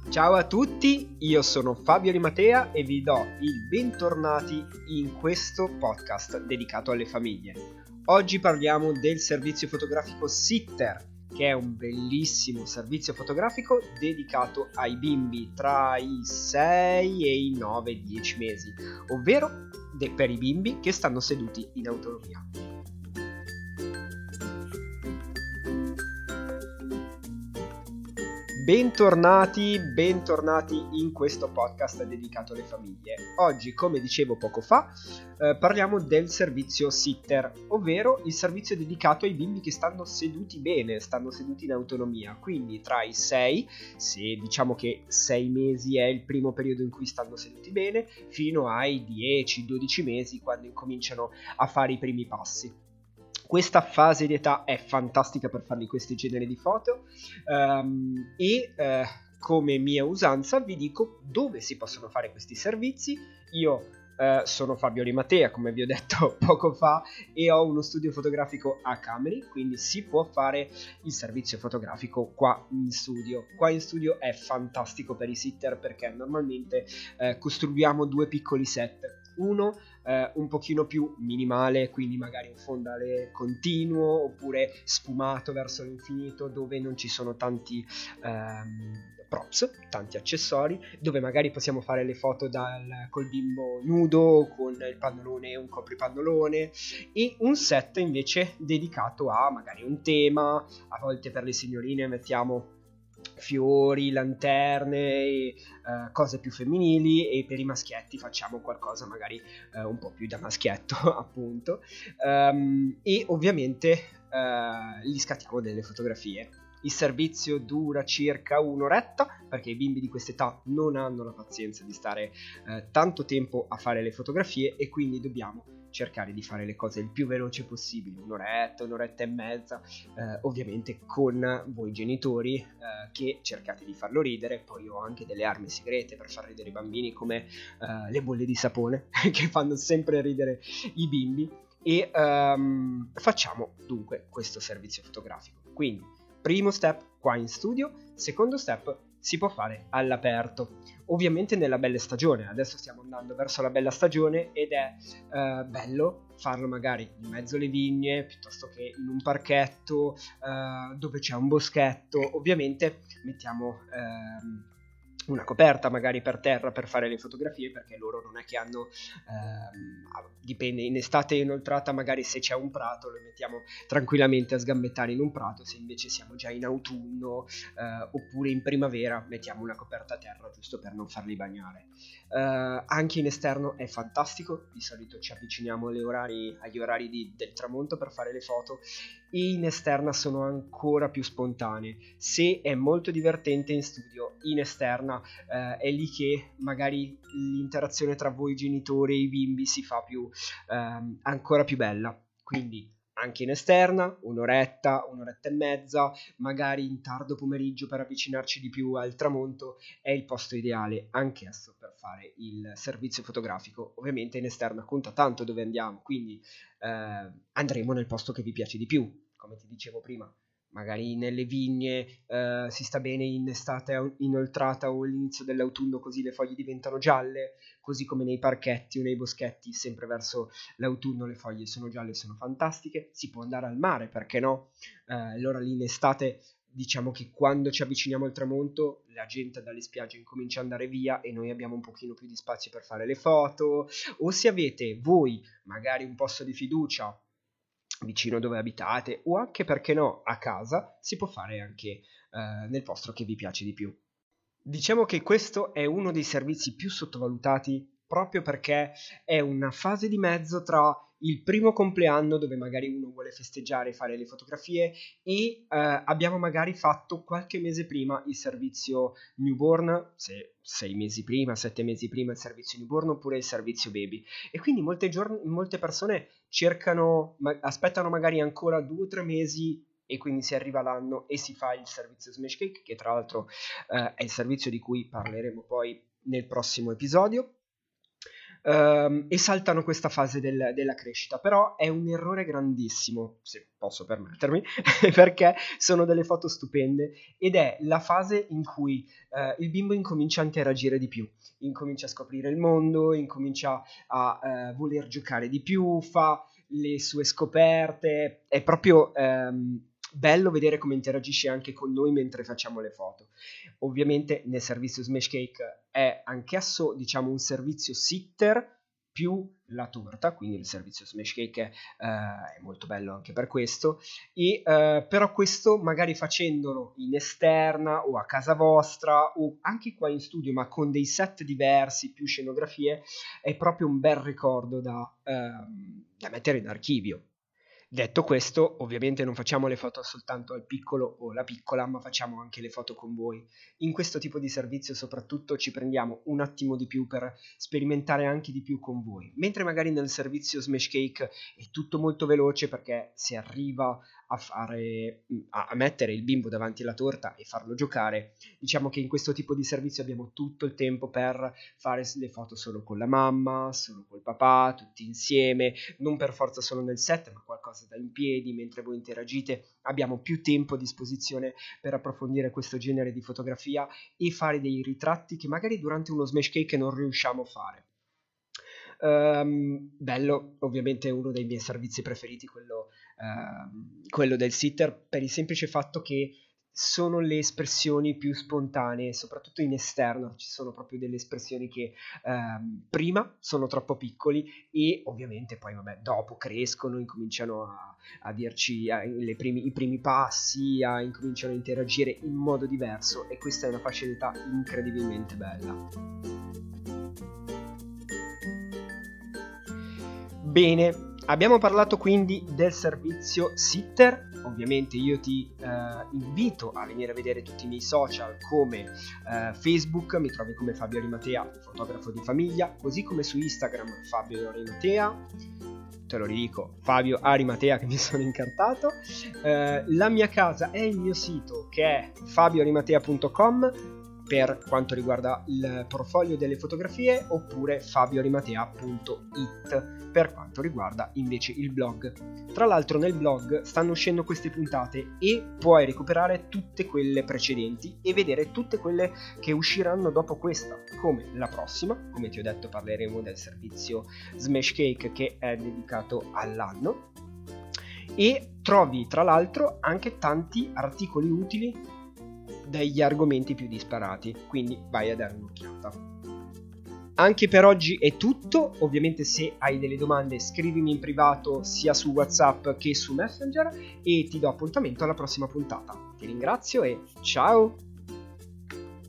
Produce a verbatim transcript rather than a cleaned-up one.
Ciao a tutti, io sono Fabio Rimatea e vi do il bentornati in questo podcast dedicato alle famiglie. Oggi parliamo del servizio fotografico Sitter, che è un bellissimo servizio fotografico dedicato ai bimbi tra i sei e i nove dieci mesi, ovvero per i bimbi che stanno seduti in autonomia. Bentornati, bentornati in questo podcast dedicato alle famiglie. Oggi, come dicevo poco fa, eh, parliamo del servizio Sitter, ovvero il servizio dedicato ai bimbi che stanno seduti bene, stanno seduti in autonomia, quindi tra i sei, se diciamo che sei mesi è il primo periodo in cui stanno seduti bene, fino ai dieci dodici mesi quando incominciano a fare i primi passi. Questa fase di età è fantastica per farli questi generi di foto um, e uh, come mia usanza vi dico dove si possono fare questi servizi. Io uh, sono Fabio Rimatea, come vi ho detto poco fa, e ho uno studio fotografico a Cameri, quindi si può fare il servizio fotografico qua in studio. Qua in studio è fantastico per i sitter perché normalmente uh, costruiamo due piccoli set. Uno eh, un pochino più minimale, quindi magari un fondale continuo oppure sfumato verso l'infinito, dove non ci sono tanti ehm, props, tanti accessori, dove magari possiamo fare le foto dal, col bimbo nudo, con il pannolone e un copripannolone, e un set invece dedicato a magari un tema. A volte per le signorine mettiamo fiori, lanterne e uh, cose più femminili, e per i maschietti facciamo qualcosa magari uh, un po' più da maschietto appunto, um, e ovviamente uh, gli scattiamo delle fotografie. Il servizio dura circa un'oretta perché i bimbi di quest'età non hanno la pazienza di stare uh, tanto tempo a fare le fotografie, e quindi dobbiamo cercare di fare le cose il più veloce possibile, un'oretta, un'oretta e mezza, eh, ovviamente con voi genitori eh, che cercate di farlo ridere. Poi ho anche delle armi segrete per far ridere i bambini, come eh, le bolle di sapone che fanno sempre ridere i bimbi, e um, facciamo dunque questo servizio fotografico. Quindi primo step qua in studio, secondo step si può fare all'aperto, ovviamente nella bella stagione. Adesso stiamo andando verso la bella stagione ed è eh, bello farlo magari in mezzo alle vigne piuttosto che in un parchetto eh, dove c'è un boschetto. Ovviamente mettiamo ehm, una coperta magari per terra per fare le fotografie, perché loro non è che hanno ehm, dipende, in estate inoltrata magari se c'è un prato lo mettiamo tranquillamente a sgambettare in un prato, se invece siamo già in autunno eh, oppure in primavera mettiamo una coperta a terra giusto per non farli bagnare. Eh, anche in esterno è fantastico, di solito ci avviciniamo agli orari, agli orari di, del tramonto per fare le foto, e in esterna sono ancora più spontanee. Se è molto divertente in studio, in esterna eh, è lì che magari l'interazione tra voi genitori e i bimbi si fa più ehm, ancora più bella. Quindi anche in esterna un'oretta, un'oretta e mezza, magari in tardo pomeriggio per avvicinarci di più al tramonto, è il posto ideale anch'esso per fare il servizio fotografico. Ovviamente in esterna conta tanto dove andiamo, quindi eh, andremo nel posto che vi piace di più, come ti dicevo prima. Magari nelle vigne eh, si sta bene in estate inoltrata o all'inizio dell'autunno, così le foglie diventano gialle, così come nei parchetti o nei boschetti sempre verso l'autunno le foglie sono gialle e sono fantastiche. Si può andare al mare, perché no? Eh, allora lì in estate diciamo che quando ci avviciniamo al tramonto la gente dalle spiagge incomincia ad andare via e noi abbiamo un pochino più di spazio per fare le foto. O se avete voi magari un posto di fiducia vicino dove abitate, o anche, perché no, a casa, si può fare anche eh, nel posto che vi piace di più. Diciamo che questo è uno dei servizi più sottovalutati, proprio perché è una fase di mezzo tra il primo compleanno, dove magari uno vuole festeggiare e fare le fotografie, e eh, abbiamo magari fatto qualche mese prima il servizio newborn, se sei mesi prima, sette mesi prima il servizio newborn, oppure il servizio baby, e quindi molte, giorn- molte persone cercano, ma- aspettano magari ancora due o tre mesi, e quindi si arriva l'anno e si fa il servizio Smash Cake, che tra l'altro eh, è il servizio di cui parleremo poi nel prossimo episodio. ehm, e saltano questa fase del- della crescita, però è un errore grandissimo, se posso permettermi, perché sono delle foto stupende ed è la fase in cui eh, il bimbo incomincia a interagire di più, incomincia a scoprire il mondo, incomincia a eh, voler giocare di più, fa le sue scoperte, è proprio ehm, bello vedere come interagisce anche con noi mentre facciamo le foto. Ovviamente nel servizio Smashcake è anch'esso, diciamo, un servizio sitter più la torta, quindi il servizio Smashcake eh, è molto bello anche per questo, e eh, però questo magari facendolo in esterna o a casa vostra o anche qua in studio, ma con dei set diversi, più scenografie, è proprio un bel ricordo da, ehm, da mettere in archivio. Detto questo, ovviamente non facciamo le foto soltanto al piccolo o la piccola, ma facciamo anche le foto con voi. In questo tipo di servizio soprattutto ci prendiamo un attimo di più per sperimentare anche di più con voi. Mentre magari nel servizio Smashcake è tutto molto veloce perché si arriva a fare a a mettere il bimbo davanti alla torta e farlo giocare. Diciamo che in questo tipo di servizio abbiamo tutto il tempo per fare le foto solo con la mamma, solo col papà, tutti insieme, non per forza solo nel set, ma qualcosa da in piedi mentre voi interagite. Abbiamo più tempo a disposizione per approfondire questo genere di fotografia e fare dei ritratti che magari durante uno Smashcake non riusciamo a fare. Ehm, bello, ovviamente è uno dei miei servizi preferiti, quello, ehm, quello del sitter, per il semplice fatto che sono le espressioni più spontanee, soprattutto in esterno ci sono proprio delle espressioni che ehm, prima sono troppo piccoli e ovviamente poi vabbè, dopo crescono, incominciano a, a dirci a- le primi- i primi passi, a, incominciano a interagire in modo diverso e questa è una facilità incredibilmente bella. Bene, abbiamo parlato quindi del servizio sitter. Ovviamente io ti eh, invito a venire a vedere tutti i miei social come eh, Facebook, mi trovi come Fabio Arimatea, fotografo di famiglia, così come su Instagram Fabio Arimatea, te lo ridico, Fabio Arimatea che mi sono incartato. Eh, la mia casa è il mio sito che è fabio arimatea punto com per quanto riguarda il portfolio delle fotografie, oppure fabio arimatea punto it per quanto riguarda invece il blog. Tra l'altro nel blog stanno uscendo queste puntate e puoi recuperare tutte quelle precedenti e vedere tutte quelle che usciranno dopo questa, come la prossima, come ti ho detto parleremo del servizio Smashcake che è dedicato all'anno, e trovi tra l'altro anche tanti articoli utili dagli argomenti più disparati, quindi vai a dare un'occhiata. Anche per oggi è tutto, ovviamente se hai delle domande scrivimi in privato sia su WhatsApp che su Messenger e ti do appuntamento alla prossima puntata. Ti ringrazio e ciao!